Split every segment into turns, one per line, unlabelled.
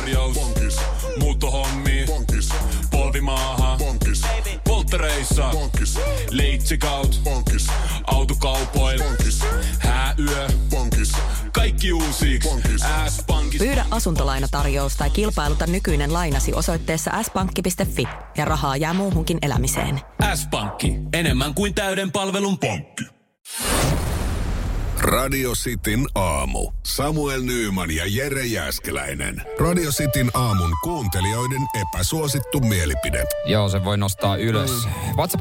tarjous. Bonkis. Muuttohommi. Bonkis. Polvimaaha. Bonkis. Polttereissa. Bonkis. Leitsikaut. Bonkis. Autokaupoil. Bonkis. Hääyö. Bonkis. Kaikki uusiiksi. S-pankki.
Pyydä asuntolainatarjous tai kilpailuta nykyinen lainasi osoitteessa s-pankki.fi ja rahaa jää muuhunkin elämiseen.
S-pankki. Enemmän kuin täyden palvelun pankki.
Radio Cityn aamu. Samuel Nyyman ja Jere Jääskeläinen. Radio Cityn aamun kuuntelijoiden epäsuosittu mielipide.
Joo, se voi nostaa ylös. WhatsApp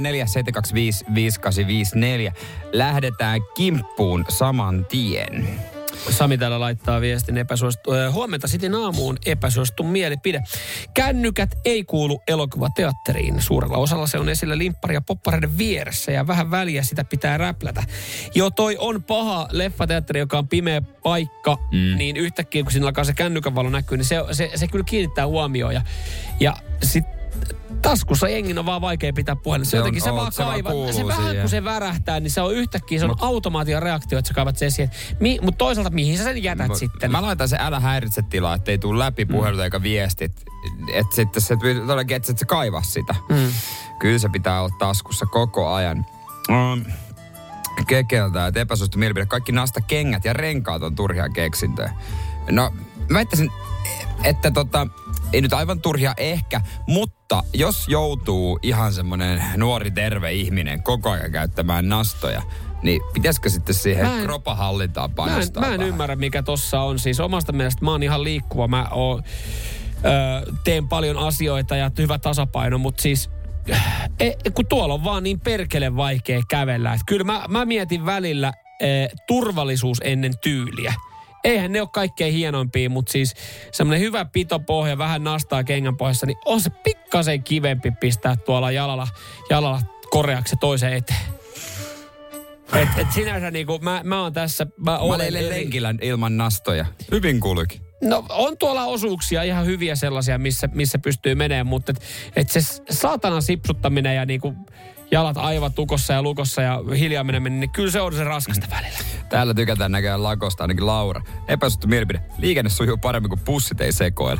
044 Lähdetään kimppuun saman tien.
Sami täällä laittaa viestin huomenta Cityn aamuun epäsuosittu mielipide. Kännykät ei kuulu elokuvateatteriin. Suurella osalla se on esillä limppari- ja poppareiden vieressä ja vähän väliä sitä pitää räplätä. Joo, toi on paha leffateatteri, joka on pimeä paikka, niin yhtäkkiä kun siinä alkaa se kännykän valo näkyy, niin se kyllä kiinnittää huomioon. Ja sitten taskussa jengin on vaan vaikea pitää puhelinta. Se jotenkin se vaan kaivaa. Se vähän siihen. Kun se värähtää, niin se on yhtäkkiä, se on automaation reaktio, että sä kaivat sen siihen. Mutta toisaalta mihin sä sen jätät sitten?
Mä laitan se älä häiritse tilaa, ettei tule läpi puhelut eikä viestit. Että sitten se todellakin, että sä kaivaa sitä. Kyllä se pitää olla taskussa koko ajan. Kekeltä, että epäsuosittu mielipide. Kaikki nastakengät ja renkaat on turhia keksintöjä. No, mä väittäisin, että ei nyt aivan turhia ehkä, mutta jos joutuu ihan semmoinen nuori terve ihminen koko ajan käyttämään nastoja, niin pitäisikö sitten siihen kropahallintaan panostaa?
Mä en ymmärrä, mikä tossa on. Siis omasta mielestä mä oon ihan liikkuva. Mä teen paljon asioita ja hyvä tasapaino, mutta siis kun tuolla on vaan niin perkele vaikea kävellä. Että kyllä mä mietin välillä turvallisuus ennen tyyliä. Eihän ne ole kaikkein hienoimpia, mutta siis semmoinen hyvä pitopohja, vähän nastaa kengän pohjassa, niin on se pikkasen kivempi pistää tuolla jalalla koreaksi toiseen eteen. Et sinänsä niinku, mä oon tässä... Mä
olen lenkillä ilman nastoja. Hyvin kuuluikin.
No on tuolla osuuksia ihan hyviä sellaisia, missä pystyy menemään, mutta et se saatanan sipsuttaminen ja niinku... jalat aivan tukossa ja lukossa ja hiljaa meneminen, niin kyllä se on se raskasta välillä.
Täällä tykätään näköjään lakosta, ainakin Laura. Epäsuosittu mielipide. Liikenne sujuu paremmin, kuin bussit ei sekoile.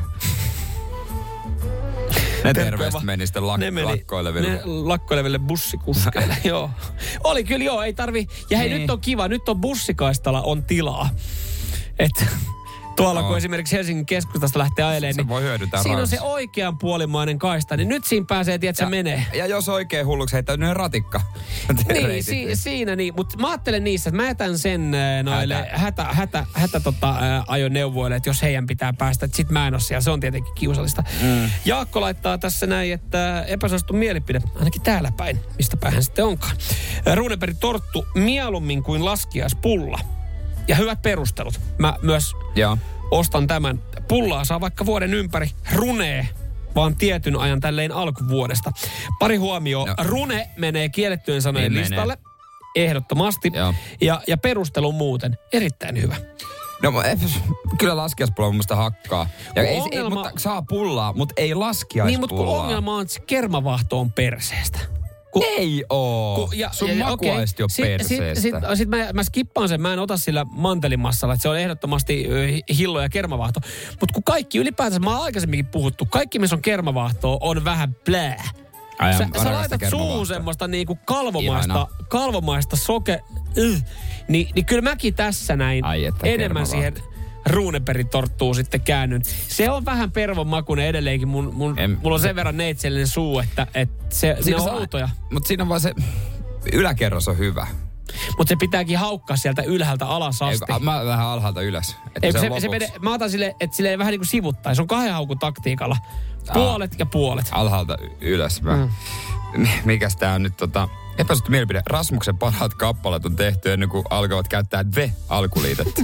Ne terveesti meni sitten lakkoileville.
Ne lakkoileville bussikuskeille, joo. Oli kyllä joo, ei tarvi. Ja hei, nyt on kiva, nyt on bussikaistalla on tilaa. Että... Tuolla kun esimerkiksi Helsingin keskustasta lähtee ajelemaan, niin
voi hyödyntää
siinä on se oikeanpuolimainen kaista, niin nyt siinä pääsee, että se menee.
Ja jos oikein hulluksi heittää, niin ratikka.
Niin, siinä niin. Mutta mä ajattelen niissä, että mä jätän sen noille ajoneuvoille, että jos heidän pitää päästä, että sit mä en ole siellä. Se on tietenkin kiusallista. Jaakko laittaa tässä näin, että epäsuosittu mielipide, ainakin täällä päin, mistä päin hän sitten onkaan. Runebergin torttu mieluummin kuin laskiaispulla. Ja hyvät perustelut. Mä myös ostan tämän. Pullaa saa vaikka vuoden ympäri. Runee vaan tietyn ajan tälleen alkuvuodesta. Pari huomioon. Rune menee kiellettyjen sanojen listalle. Ehdottomasti. Ja perustelu muuten erittäin hyvä.
No kyllä laskiaispulla mun mielestä hakkaa. Ja mutta saa pullaa, mutta ei laskiaispullaa.
Niin, mutta kun ongelma on, että se kermavahto on perseestä.
Ei oo. Sun makuaisti on perseestä.
Sitten mä skippaan sen, mä en ota sillä mantelimassalla, että se on ehdottomasti hillo ja kermavahto. Mutta kun kaikki ylipäätänsä, mä oon aikaisemminkin puhuttu, kaikki missä on kermavahtoa on vähän blää. Sä laitat suuhun semmoista niinku kalvomaista niin kyllä mäkin tässä näin enemmän siihen Runebergin torttuun sitten käännyn. Se on vähän pervon makuinen edelleenkin. Mulla on sen verran neitsellinen suu, että ne on outoja.
Mutta siinä on vaan se yläkerros on hyvä.
Mutta se pitääkin haukkaa sieltä ylhäältä alas asti.
Mä vähän alhaalta ylös.
Mä otan sille, että silleen vähän niin kuin sivuttaa. Se on 2 haukun taktiikalla. Puolet ja puolet.
Alhaalta ylös. Mikäs tää on nyt epäsuosittu mielipide. Rasmuksen parhaat kappaleet on tehty ennen kuin alkavat käyttää alkuliitettä.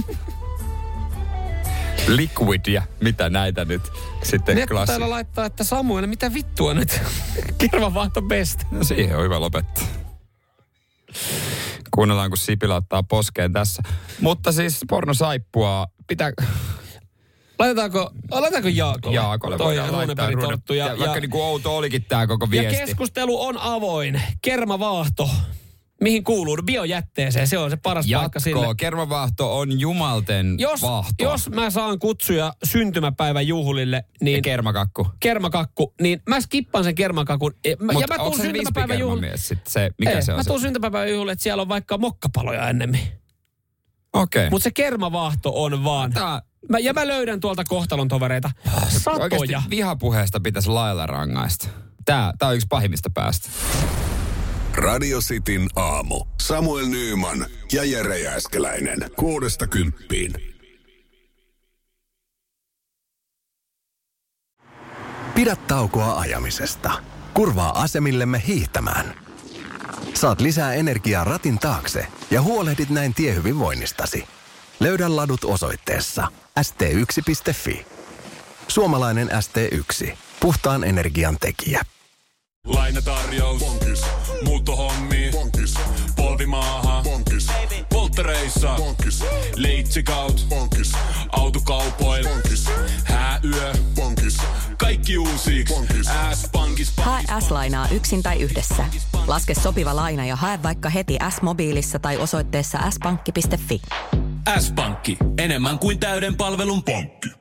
Liquid ja mitä näitä nyt sitten
klassi. Täällä laittaa, että Samuel, mitä vittua nyt? Kermavahto best.
No siihen on hyvä lopettaa. Kuunnellaan, kun Sipilä ottaa poskeen tässä. Mutta siis pornosaippua pitää...
Laitetaanko Jaakolle?
Jaakolle voidaan laittaa. Ja vaikka niin kuin outo olikin tämä koko viesti.
Ja keskustelu on avoin. Kermavaahto. mihin kuuluu biojätteeseen. Se on se paras paikka sille.
Kermavaahto on jumalten vaahto.
Jos mä saan kutsuja syntymäpäivän juhlille, niin...
Ja kermakakku.
Niin mä skippaan sen kermakakun.
Mutta onko se vispikermamies sitten se, mikä se on?
Mä tuun syntymäpäivän juhlille, että siellä on vaikka mokkapaloja ennemmin.
Okei.
Mutta se kermavaahto on vaan... Mä löydän tuolta kohtalon tovereita satoja.
Oikeasti vihapuheesta pitäisi lailla rangaista. Tää on yksi pahimmista päästä.
Radio Cityn aamu. Samuel Nyyman ja Jere Jääskeläinen. 6–10.
Pidä taukoa ajamisesta. Kurvaa asemillemme hiihtämään. Saat lisää energiaa ratin taakse ja huolehdit näin tiehyvinvoinnistasi. Löydä ladut osoitteessa st1.fi. Suomalainen ST1. Puhtaan energian tekijä.
Lainatarjous. Bonkis. Muuttohommi. Bonkis. Polvimaaha. Bonkis. Polttereissa. Bonkis. Leitsikaut. Bonkis. Autokaupoil. Bonkis. Hääyö. Bonkis. Kaikki uusiiksi. S-pankis.
Hae S-lainaa yksin tai yhdessä. Laske sopiva laina ja hae vaikka heti S-mobiilissa tai osoitteessa s-pankki.fi.
S-pankki. Enemmän kuin täyden palvelun pankki.